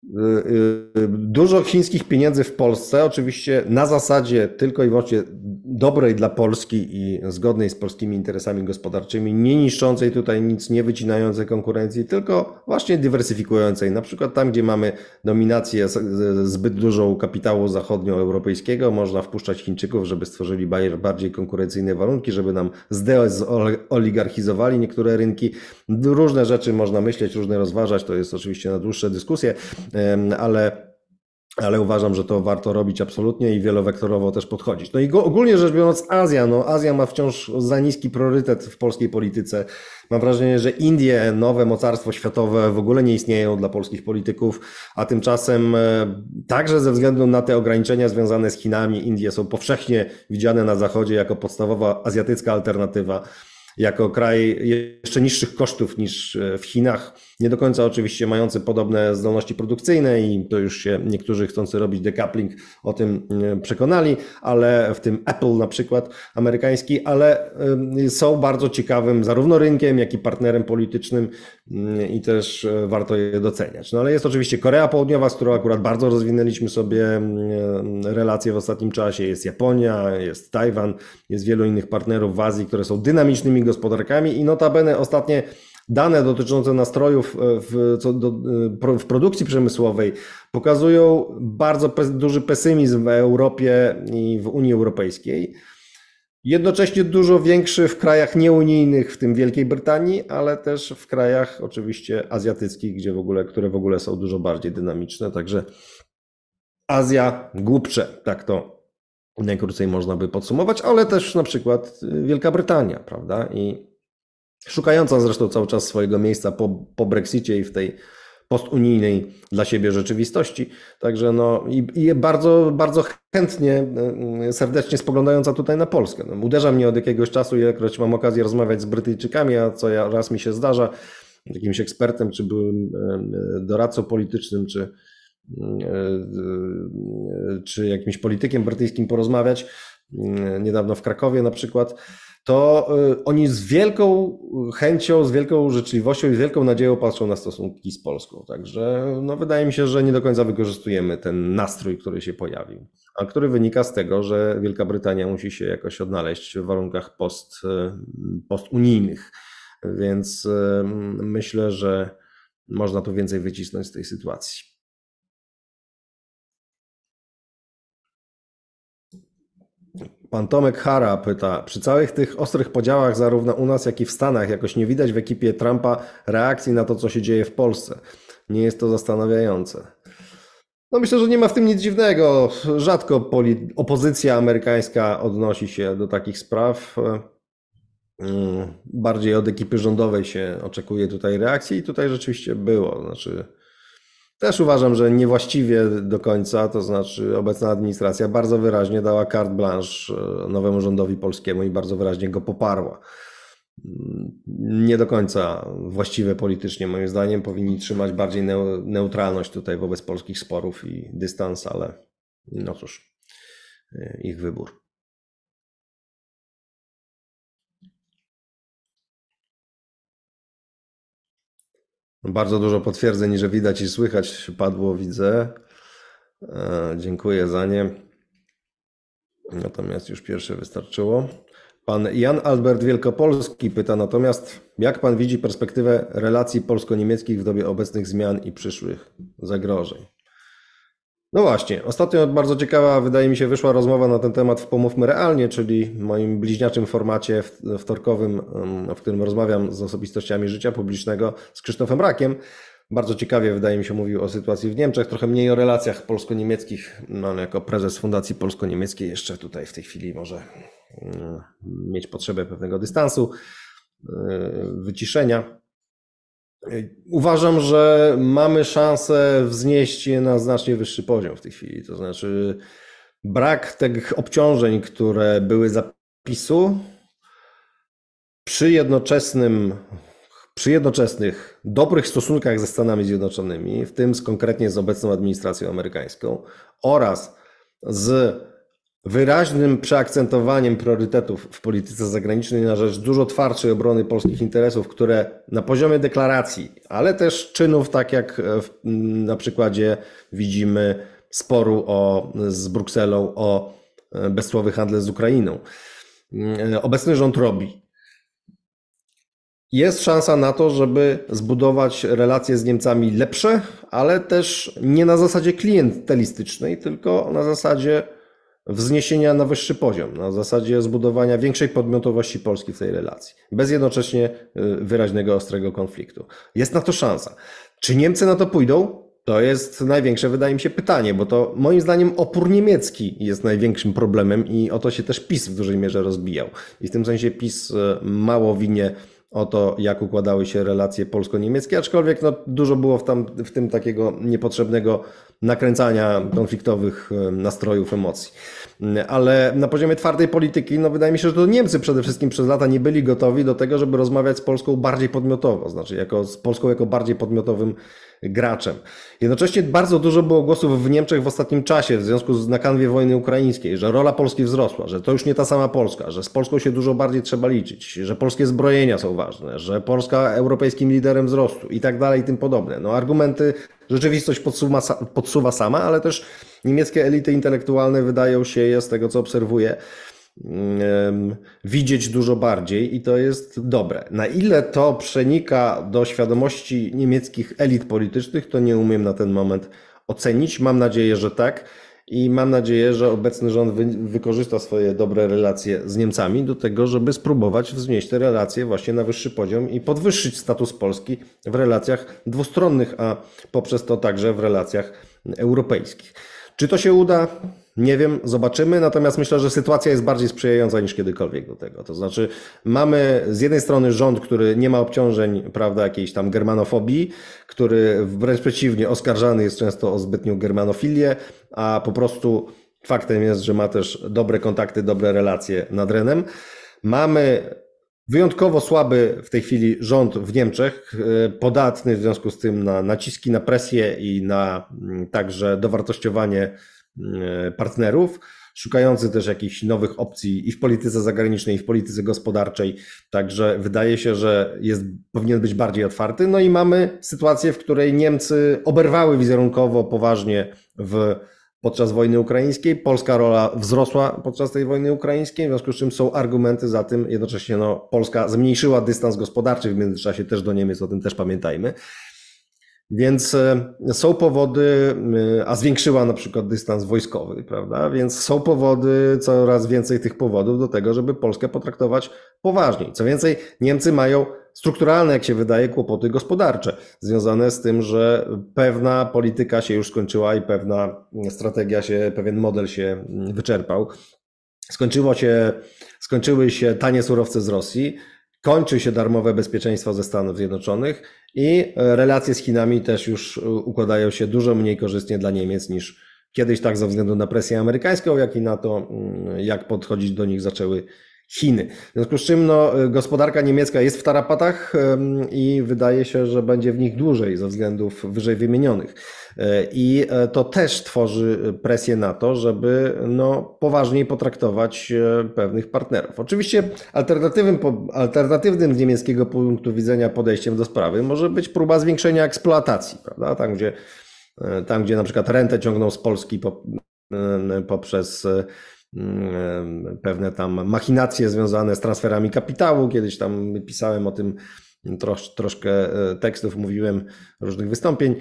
dużo chińskich pieniędzy w Polsce, oczywiście na zasadzie tylko i wyłącznie dobrej dla Polski i zgodnej z polskimi interesami gospodarczymi, nie niszczącej tutaj nic, nie wycinającej konkurencji, tylko właśnie dywersyfikującej. Na przykład tam, gdzie mamy dominację zbyt dużą kapitału zachodnioeuropejskiego, można wpuszczać Chińczyków, żeby stworzyli bardziej konkurencyjne warunki, żeby nam zdeoligarchizowali niektóre rynki. Różne rzeczy można myśleć, różne rozważać, to jest oczywiście na dłuższe dyskusje, ale Ale uważam, że to warto robić absolutnie i wielowektorowo też podchodzić. No i ogólnie rzecz biorąc Azja, no Azja ma wciąż za niski priorytet w polskiej polityce. Mam wrażenie, że Indie, nowe mocarstwo światowe w ogóle nie istnieją dla polskich polityków, a tymczasem także ze względu na te ograniczenia związane z Chinami, Indie są powszechnie widziane na Zachodzie jako podstawowa azjatycka alternatywa, jako kraj jeszcze niższych kosztów niż w Chinach, nie do końca oczywiście mający podobne zdolności produkcyjne i to już się niektórzy chcący robić decoupling o tym przekonali, ale w tym Apple na przykład amerykański, ale są bardzo ciekawym zarówno rynkiem, jak i partnerem politycznym i też warto je doceniać. No ale jest oczywiście Korea Południowa, z którą akurat bardzo rozwinęliśmy sobie relacje w ostatnim czasie, jest Japonia, jest Tajwan, jest wielu innych partnerów w Azji, które są dynamicznymi gospodarkami i notabene ostatnie dane dotyczące nastrojów w, co do, w produkcji przemysłowej pokazują bardzo duży pesymizm w Europie i w Unii Europejskiej. Jednocześnie dużo większy w krajach nieunijnych, w tym Wielkiej Brytanii, ale też w krajach oczywiście azjatyckich, gdzie w ogóle, które w ogóle są dużo bardziej dynamiczne. Także Azja głupcze, tak to najkrócej można by podsumować, ale też na przykład Wielka Brytania, prawda? I szukająca zresztą cały czas swojego miejsca po, po Brexicie i w tej postunijnej dla siebie rzeczywistości. Także no i, i bardzo, bardzo chętnie, serdecznie spoglądająca tutaj na Polskę. No, uderza mnie od jakiegoś czasu, ilekroć mam okazję rozmawiać z Brytyjczykami, a co ja, raz mi się zdarza, jakimś ekspertem, czy byłym doradcą politycznym, czy, czy jakimś politykiem brytyjskim porozmawiać, niedawno w Krakowie na przykład, to oni z wielką chęcią, z wielką życzliwością i z wielką nadzieją patrzą na stosunki z Polską. Także no, wydaje mi się, że nie do końca wykorzystujemy ten nastrój, który się pojawił, a który wynika z tego, że Wielka Brytania musi się jakoś odnaleźć w warunkach post, postunijnych. Więc myślę, że można tu więcej wycisnąć z tej sytuacji. Pan Tomek Hara pyta, przy całych tych ostrych podziałach zarówno u nas, jak i w Stanach jakoś nie widać w ekipie Trumpa reakcji na to, co się dzieje w Polsce. Nie jest to zastanawiające. No myślę, że nie ma w tym nic dziwnego. Rzadko opozycja amerykańska odnosi się do takich spraw. Bardziej od ekipy rządowej się oczekuje tutaj reakcji i tutaj rzeczywiście było. Znaczy, też uważam, że niewłaściwie do końca, to znaczy obecna administracja bardzo wyraźnie dała carte blanche nowemu rządowi polskiemu i bardzo wyraźnie go poparła. Nie do końca właściwe politycznie, moim zdaniem, powinni trzymać bardziej neutralność tutaj wobec polskich sporów i dystans, ale no cóż, ich wybór. Bardzo dużo potwierdzeń, że widać i słychać padło, widzę. Dziękuję za nie. Natomiast już pierwsze wystarczyło. Pan Jan Albert Wielkopolski pyta natomiast, jak pan widzi perspektywę relacji polsko-niemieckich w dobie obecnych zmian i przyszłych zagrożeń? No właśnie, ostatnio bardzo ciekawa, wydaje mi się, wyszła rozmowa na ten temat w Pomówmy Realnie, czyli moim bliźniaczym formacie wtorkowym, w którym rozmawiam z osobistościami życia publicznego, z Krzysztofem Rakiem. Bardzo ciekawie, wydaje mi się, mówił o sytuacji w Niemczech, trochę mniej o relacjach polsko-niemieckich. No, jako prezes Fundacji Polsko-Niemieckiej jeszcze tutaj w tej chwili może mieć potrzebę pewnego dystansu, wyciszenia. Uważam, że mamy szansę wznieść je na znacznie wyższy poziom w tej chwili. To znaczy brak tych obciążeń, które były zapisu przy jednoczesnym, przy jednoczesnych dobrych stosunkach ze Stanami Zjednoczonymi, w tym z, konkretnie z obecną administracją amerykańską oraz z wyraźnym przeakcentowaniem priorytetów w polityce zagranicznej na rzecz dużo twardszej obrony polskich interesów, które na poziomie deklaracji, ale też czynów, tak jak w, na przykładzie widzimy sporu o, z Brukselą o bezcłowy handel z Ukrainą. Obecny rząd robi. Jest szansa na to, żeby zbudować relacje z Niemcami lepsze, ale też nie na zasadzie klientelistycznej, tylko na zasadzie wzniesienia na wyższy poziom, na zasadzie zbudowania większej podmiotowości Polski w tej relacji, bez jednocześnie wyraźnego, ostrego konfliktu. Jest na to szansa. Czy Niemcy na to pójdą? To jest największe, wydaje mi się, pytanie, bo to moim zdaniem opór niemiecki jest największym problemem i o to się też PiS w dużej mierze rozbijał. I w tym sensie PiS mało winie o to, jak układały się relacje polsko-niemieckie, aczkolwiek no, dużo było w, tam, w tym takiego niepotrzebnego nakręcania konfliktowych nastrojów, emocji. Ale na poziomie twardej polityki, no wydaje mi się, że to Niemcy przede wszystkim przez lata nie byli gotowi do tego, żeby rozmawiać z Polską bardziej podmiotowo, znaczy jako, z Polską jako bardziej podmiotowym graczem. Jednocześnie bardzo dużo było głosów w Niemczech w ostatnim czasie w związku z na kanwie wojny ukraińskiej, że rola Polski wzrosła, że to już nie ta sama Polska, że z Polską się dużo bardziej trzeba liczyć, że polskie zbrojenia są ważne, że Polska europejskim liderem wzrostu i tak dalej i tym podobne. No argumenty rzeczywistość podsuwa, podsuwa sama, ale też niemieckie elity intelektualne wydają się, z tego co obserwuję, widzieć dużo bardziej i to jest dobre. Na ile to przenika do świadomości niemieckich elit politycznych, to nie umiem na ten moment ocenić. Mam nadzieję, że tak i mam nadzieję, że obecny rząd wy, wykorzysta swoje dobre relacje z Niemcami do tego, żeby spróbować wznieść te relacje właśnie na wyższy poziom i podwyższyć status Polski w relacjach dwustronnych, a poprzez to także w relacjach europejskich. Czy to się uda? Nie wiem, zobaczymy, natomiast myślę, że sytuacja jest bardziej sprzyjająca niż kiedykolwiek do tego. To znaczy mamy z jednej strony rząd, który nie ma obciążeń, prawda, jakiejś tam germanofobii, który wręcz przeciwnie oskarżany jest często o zbytnią germanofilię, a po prostu faktem jest, że ma też dobre kontakty, dobre relacje nad Renem. Mamy wyjątkowo słaby w tej chwili rząd w Niemczech, podatny w związku z tym na naciski, na presję i na także dowartościowanie partnerów, szukający też jakichś nowych opcji i w polityce zagranicznej, i w polityce gospodarczej. Także wydaje się, że jest, powinien być bardziej otwarty. No i mamy sytuację, w której Niemcy oberwały wizerunkowo poważnie w podczas wojny ukraińskiej. Polska rola wzrosła podczas tej wojny ukraińskiej, w związku z czym są argumenty za tym. Jednocześnie no, Polska zmniejszyła dystans gospodarczy w międzyczasie też do Niemiec, o tym też pamiętajmy. Więc są powody, a zwiększyła na przykład dystans wojskowy, prawda? Więc są powody, coraz więcej tych powodów do tego, żeby Polskę potraktować poważniej. Co więcej, Niemcy mają strukturalne, jak się wydaje, kłopoty gospodarcze, związane z tym, że pewna polityka się już skończyła i pewna strategia się, pewien model się wyczerpał. Skończyło się, skończyły się tanie surowce z Rosji, kończy się darmowe bezpieczeństwo ze Stanów Zjednoczonych i relacje z Chinami też już układają się dużo mniej korzystnie dla Niemiec niż kiedyś, tak ze względu na presję amerykańską, jak i na to, jak podchodzić do nich zaczęły Chiny. W związku z czym no, gospodarka niemiecka jest w tarapatach i wydaje się, że będzie w nich dłużej ze względów wyżej wymienionych. I to też tworzy presję na to, żeby no, poważniej potraktować pewnych partnerów. Oczywiście alternatywnym, alternatywnym z niemieckiego punktu widzenia podejściem do sprawy może być próba zwiększenia eksploatacji, prawda? Tam, gdzie, tam, gdzie na przykład rentę ciągną z Polski poprzez pewne tam machinacje związane z transferami kapitału. Kiedyś tam pisałem o tym trosz, troszkę tekstów, mówiłem różnych wystąpień.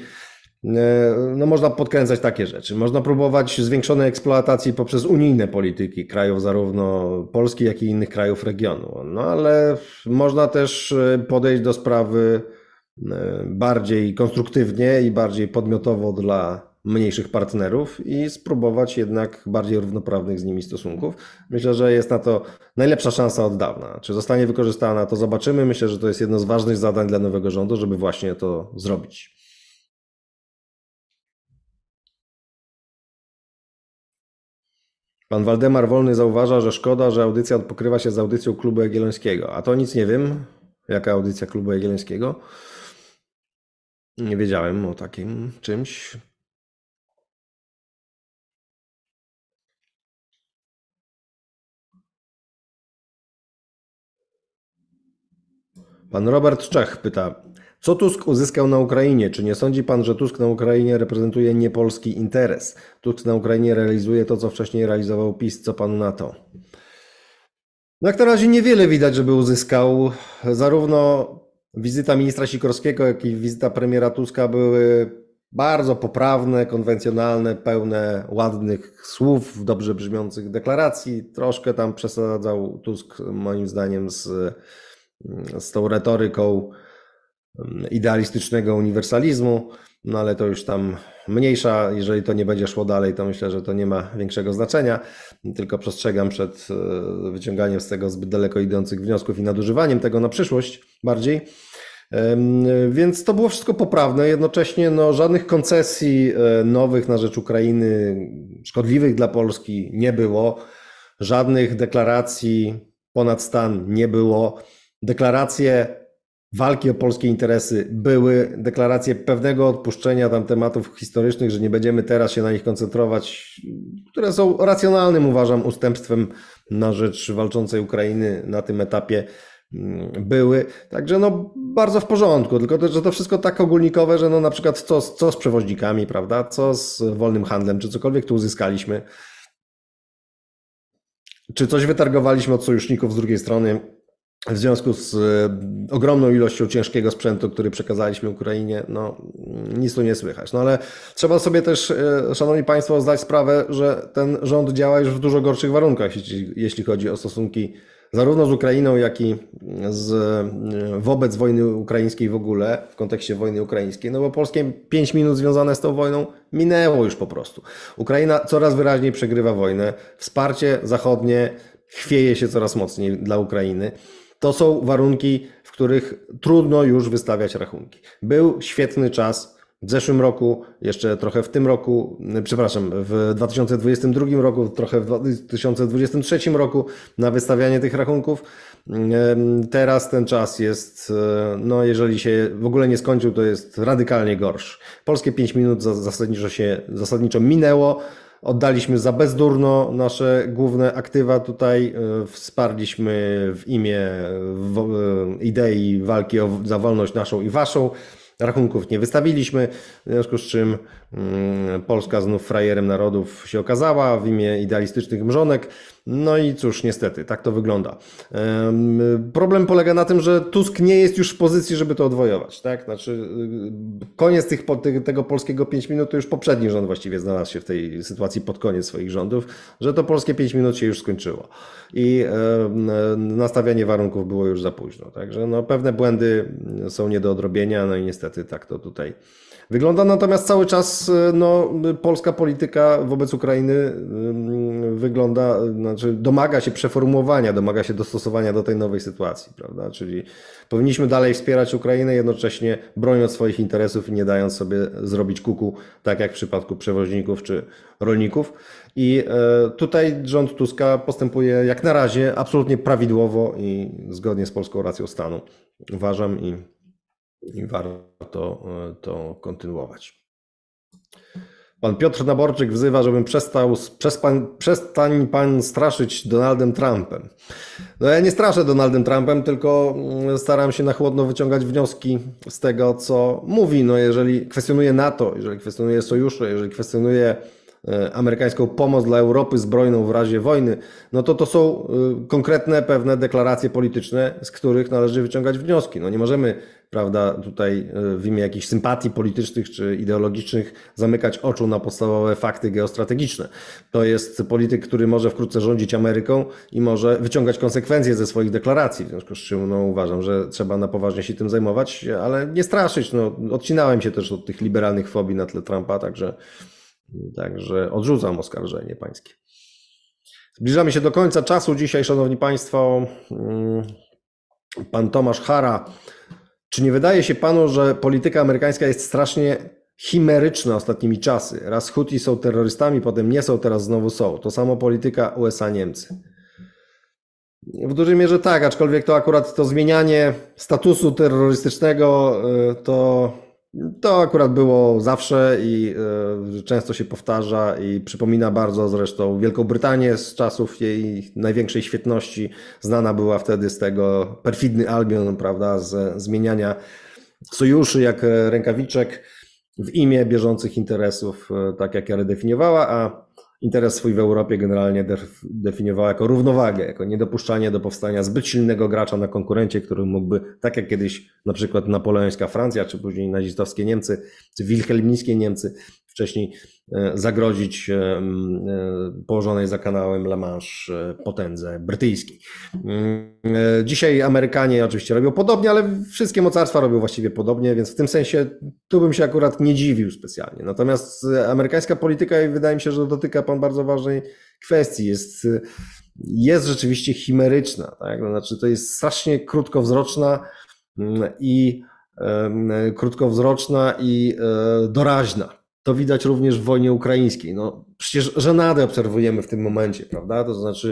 No można podkręcać takie rzeczy. Można próbować zwiększonej eksploatacji poprzez unijne polityki krajów zarówno Polski, jak i innych krajów regionu. No ale można też podejść do sprawy bardziej konstruktywnie i bardziej podmiotowo dla mniejszych partnerów i spróbować jednak bardziej równoprawnych z nimi stosunków. Myślę, że jest na to najlepsza szansa od dawna. Czy zostanie wykorzystana, to zobaczymy. Myślę, że to jest jedno z ważnych zadań dla nowego rządu, żeby właśnie to zrobić. Pan Waldemar Wolny zauważa, że szkoda, że audycja pokrywa się z audycją Klubu Jagiellońskiego. A to nic nie wiem. Jaka audycja Klubu Jagiellońskiego? Nie wiedziałem o takim czymś. Pan Robert Czech pyta, co Tusk uzyskał na Ukrainie? Czy nie sądzi pan, że Tusk na Ukrainie reprezentuje niepolski interes? Tusk na Ukrainie realizuje to, co wcześniej realizował PiS. Co pan na to? No jak na razie niewiele widać, żeby uzyskał. Zarówno wizyta ministra Sikorskiego, jak i wizyta premiera Tuska były bardzo poprawne, konwencjonalne, pełne ładnych słów, dobrze brzmiących deklaracji. Troszkę tam przesadzał Tusk moim zdaniem z, z tą retoryką idealistycznego uniwersalizmu, no ale to już tam mniejsza, jeżeli to nie będzie szło dalej, to myślę, że to nie ma większego znaczenia, tylko przestrzegam przed wyciąganiem z tego zbyt daleko idących wniosków i nadużywaniem tego na przyszłość bardziej. Więc to było wszystko poprawne, jednocześnie no, żadnych koncesji nowych na rzecz Ukrainy, szkodliwych dla Polski nie było, żadnych deklaracji ponad stan nie było, deklaracje walki o polskie interesy były, deklaracje pewnego odpuszczenia tam tematów historycznych, że nie będziemy teraz się na nich koncentrować, które są racjonalnym, uważam, ustępstwem na rzecz walczącej Ukrainy na tym etapie były. Także no bardzo w porządku, tylko to, że to wszystko tak ogólnikowe, że no na przykład co, co z przewoźnikami, prawda, co z wolnym handlem, czy cokolwiek tu uzyskaliśmy, czy coś wytargowaliśmy od sojuszników z drugiej strony, w związku z ogromną ilością ciężkiego sprzętu, który przekazaliśmy Ukrainie, no nic tu nie słychać. No ale trzeba sobie też, szanowni państwo, zdać sprawę, że ten rząd działa już w dużo gorszych warunkach, jeśli, jeśli chodzi o stosunki zarówno z Ukrainą, jak i z, wobec wojny ukraińskiej w ogóle, w kontekście wojny ukraińskiej, no bo polskie pięć minut związane z tą wojną minęło już po prostu. Ukraina coraz wyraźniej przegrywa wojnę, wsparcie zachodnie chwieje się coraz mocniej dla Ukrainy. To są warunki, w których trudno już wystawiać rachunki. Był świetny czas w zeszłym roku, jeszcze trochę w tym roku, przepraszam, w dwa tysiące dwudziestym drugim roku, trochę w dwa tysiące dwudziestym trzecim roku na wystawianie tych rachunków. Teraz ten czas jest, no jeżeli się w ogóle nie skończył, to jest radykalnie gorszy. Polskie pięć minut zasadniczo się zasadniczo minęło. Oddaliśmy za bezdurno nasze główne aktywa tutaj, wsparliśmy w imię idei walki o, za wolność naszą i waszą. Rachunków nie wystawiliśmy, w związku z czym Polska znów frajerem narodów się okazała w imię idealistycznych mrzonek. No i cóż, niestety, tak to wygląda. Problem polega na tym, że Tusk nie jest już w pozycji, żeby to odwojować. Tak? Znaczy, koniec tych, tego polskiego pięć minut to już poprzedni rząd właściwie znalazł się w tej sytuacji pod koniec swoich rządów, że to polskie pięć minut się już skończyło. I nastawianie warunków było już za późno. Także no, pewne błędy są nie do odrobienia, no i niestety tak to tutaj wygląda. Natomiast cały czas no, polska polityka wobec Ukrainy wygląda, znaczy domaga się przeformułowania, domaga się dostosowania do tej nowej sytuacji, prawda? Czyli powinniśmy dalej wspierać Ukrainę, jednocześnie broniąc swoich interesów i nie dając sobie zrobić kuku, tak jak w przypadku przewoźników czy rolników. I tutaj rząd Tuska postępuje jak na razie absolutnie prawidłowo i zgodnie z polską racją stanu. Uważam i I warto to kontynuować. Pan Piotr Naborczyk wzywa, żebym przestał, przestań, przestań pan straszyć Donaldem Trumpem. No ja nie straszę Donaldem Trumpem, tylko staram się na chłodno wyciągać wnioski z tego, co mówi. No jeżeli kwestionuje NATO, jeżeli kwestionuje sojusze, jeżeli kwestionuje amerykańską pomoc dla Europy zbrojną w razie wojny, no to to są konkretne pewne deklaracje polityczne, z których należy wyciągać wnioski. No nie możemy, prawda, tutaj w imię jakichś sympatii politycznych czy ideologicznych zamykać oczu na podstawowe fakty geostrategiczne. To jest polityk, który może wkrótce rządzić Ameryką i może wyciągać konsekwencje ze swoich deklaracji, w związku z czym no, uważam, że trzeba na poważnie się tym zajmować, ale nie straszyć. No, odcinałem się też od tych liberalnych fobii na tle Trumpa, także Także odrzucam oskarżenie pańskie. Zbliżamy się do końca czasu dzisiaj, szanowni państwo. Pan Tomasz Hara. Czy nie wydaje się panu, że polityka amerykańska jest strasznie chimeryczna ostatnimi czasy? Raz Huti są terrorystami, potem nie są, teraz znowu są. To samo polityka U S A-Niemcy. W dużej mierze tak, aczkolwiek to akurat to zmienianie statusu terrorystycznego to To akurat było zawsze i y, często się powtarza i przypomina bardzo zresztą Wielką Brytanię z czasów jej największej świetności. Znana była wtedy z tego perfidny Albion, prawda, z zmieniania sojuszy jak rękawiczek w imię bieżących interesów, tak jak ja redefiniowała, a interes swój w Europie generalnie definiowała jako równowagę, jako niedopuszczanie do powstania zbyt silnego gracza na konkurencie, który mógłby, tak jak kiedyś na przykład napoleońska Francja, czy później nazistowskie Niemcy, czy wilhelmińskie Niemcy, wcześniej zagrozić położonej za kanałem La Manche potędze brytyjskiej. Dzisiaj Amerykanie oczywiście robią podobnie, ale wszystkie mocarstwa robią właściwie podobnie, więc w tym sensie tu bym się akurat nie dziwił specjalnie. Natomiast amerykańska polityka, i wydaje mi się, że dotyka pan bardzo ważnej kwestii, jest, jest rzeczywiście chimeryczna, tak? To znaczy to jest strasznie krótkowzroczna i krótkowzroczna i doraźna. To widać również w wojnie ukraińskiej. No, przecież żenadę obserwujemy w tym momencie, prawda? To znaczy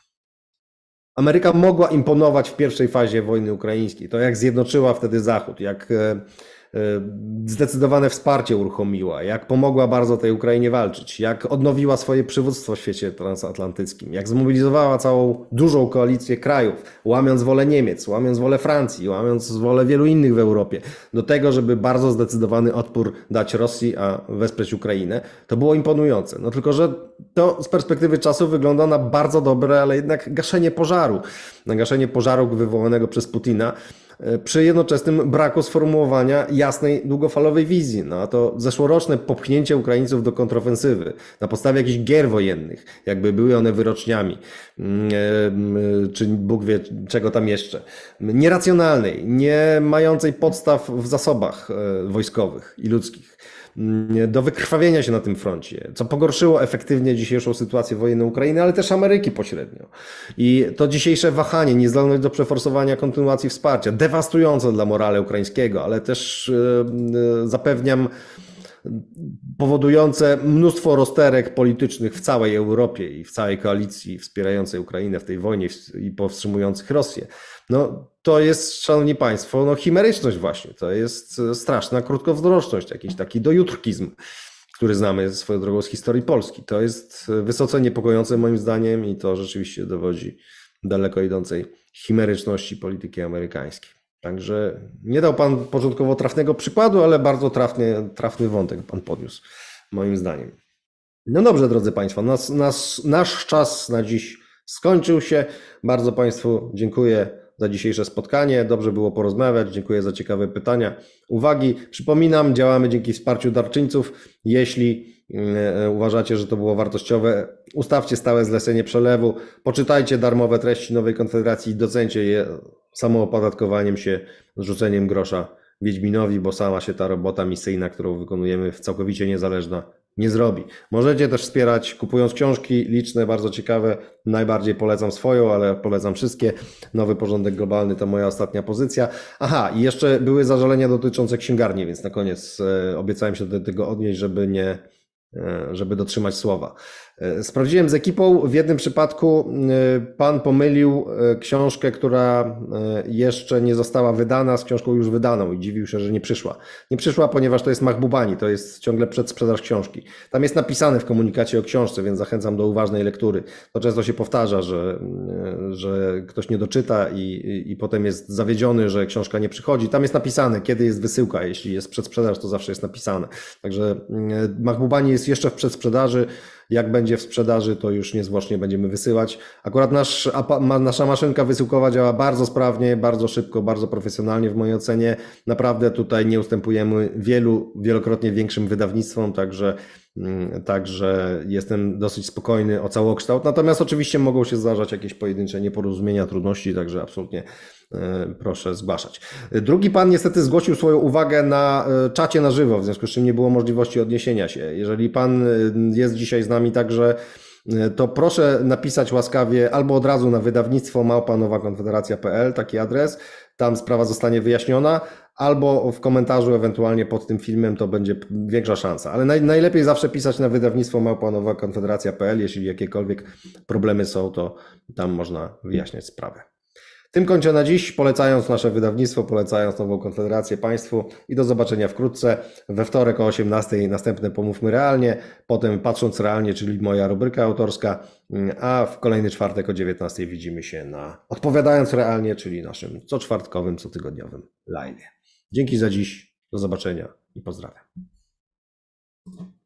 Ameryka mogła imponować w pierwszej fazie wojny ukraińskiej. To jak zjednoczyła wtedy Zachód, jak zdecydowane wsparcie uruchomiła, jak pomogła bardzo tej Ukrainie walczyć, jak odnowiła swoje przywództwo w świecie transatlantyckim, jak zmobilizowała całą dużą koalicję krajów, łamiąc wolę Niemiec, łamiąc wolę Francji, łamiąc wolę wielu innych w Europie, do tego, żeby bardzo zdecydowany odpór dać Rosji, a wesprzeć Ukrainę, to było imponujące. No tylko, że to z perspektywy czasu wygląda na bardzo dobre, ale jednak gaszenie pożaru, na gaszenie pożaru wywołanego przez Putina, przy jednoczesnym braku sformułowania jasnej, długofalowej wizji. No a to zeszłoroczne popchnięcie Ukraińców do kontrofensywy na podstawie jakichś gier wojennych, jakby były one wyroczniami, czy Bóg wie czego tam jeszcze, nieracjonalnej, nie mającej podstaw w zasobach wojskowych i ludzkich, do wykrwawienia się na tym froncie, co pogorszyło efektywnie dzisiejszą sytuację wojenną Ukrainy, ale też Ameryki pośrednio. I to dzisiejsze wahanie, niezdolność do przeforsowania kontynuacji wsparcia, dewastujące dla morale ukraińskiego, ale też yy, zapewniam powodujące mnóstwo rozterek politycznych w całej Europie i w całej koalicji wspierającej Ukrainę w tej wojnie i powstrzymujących Rosję. No to jest, szanowni państwo, no chimeryczność właśnie, to jest straszna krótkowzroczność, jakiś taki dojutrkizm, który znamy swoją drogą z historii Polski. To jest wysoce niepokojące moim zdaniem i to rzeczywiście dowodzi daleko idącej chimeryczności polityki amerykańskiej. Także nie dał pan początkowo trafnego przykładu, ale bardzo trafny, trafny wątek pan podniósł, moim zdaniem. No dobrze, drodzy państwo, nas, nas, nasz czas na dziś skończył się. Bardzo państwu dziękuję za dzisiejsze spotkanie. Dobrze było porozmawiać. Dziękuję za ciekawe pytania, uwagi. Przypominam, działamy dzięki wsparciu darczyńców. Jeśli uważacie, że to było wartościowe, ustawcie stałe zlecenie przelewu, poczytajcie darmowe treści Nowej Konfederacji i docencie je samoopodatkowaniem się, zrzuceniem grosza Wiedźminowi, bo sama się ta robota misyjna, którą wykonujemy, całkowicie niezależna, nie zrobi. Możecie też wspierać kupując książki liczne, bardzo ciekawe. Najbardziej polecam swoją, ale polecam wszystkie. Nowy Porządek Globalny to moja ostatnia pozycja. Aha, i jeszcze były zażalenia dotyczące księgarni, więc na koniec obiecałem się do tego odnieść, żeby nie, żeby dotrzymać słowa. Sprawdziłem z ekipą, w jednym przypadku pan pomylił książkę, która jeszcze nie została wydana z książką już wydaną i dziwił się, że nie przyszła. Nie przyszła, ponieważ to jest Mahbubani, to jest ciągle przedsprzedaż książki. Tam jest napisane w komunikacie o książce, więc zachęcam do uważnej lektury. To często się powtarza, że, że ktoś nie doczyta i, i, i potem jest zawiedziony, że książka nie przychodzi. Tam jest napisane, kiedy jest wysyłka, jeśli jest przedsprzedaż, to zawsze jest napisane. Także Mahbubani jest jeszcze w przedsprzedaży. Jak będzie w sprzedaży, to już niezwłocznie będziemy wysyłać. Akurat nasz, nasza maszynka wysyłkowa działa bardzo sprawnie, bardzo szybko, bardzo profesjonalnie w mojej ocenie. Naprawdę tutaj nie ustępujemy wielu, wielokrotnie większym wydawnictwom, także, także jestem dosyć spokojny o całokształt. Natomiast oczywiście mogą się zdarzać jakieś pojedyncze nieporozumienia, trudności, także absolutnie proszę zgłaszać. Drugi pan niestety zgłosił swoją uwagę na czacie na żywo, w związku z czym nie było możliwości odniesienia się. Jeżeli pan jest dzisiaj z nami także, to proszę napisać łaskawie albo od razu na wydawnictwo małpa nowa konfederacja kropka p l, taki adres, tam sprawa zostanie wyjaśniona, albo w komentarzu ewentualnie pod tym filmem, to będzie większa szansa. Ale naj, najlepiej zawsze pisać na wydawnictwo małpa nowa konfederacja kropka p l, jeśli jakiekolwiek problemy są, to tam można wyjaśniać sprawę. Tym kończę na dziś, polecając nasze wydawnictwo, polecając Nową Konfederację Państwu i do zobaczenia wkrótce. We wtorek o osiemnastej następne Pomówmy Realnie, potem Patrząc Realnie, czyli moja rubryka autorska, a w kolejny czwartek o dziewiętnastej widzimy się na Odpowiadając Realnie, czyli naszym coczwartkowym, cotygodniowym live. Dzięki za dziś, do zobaczenia i pozdrawiam.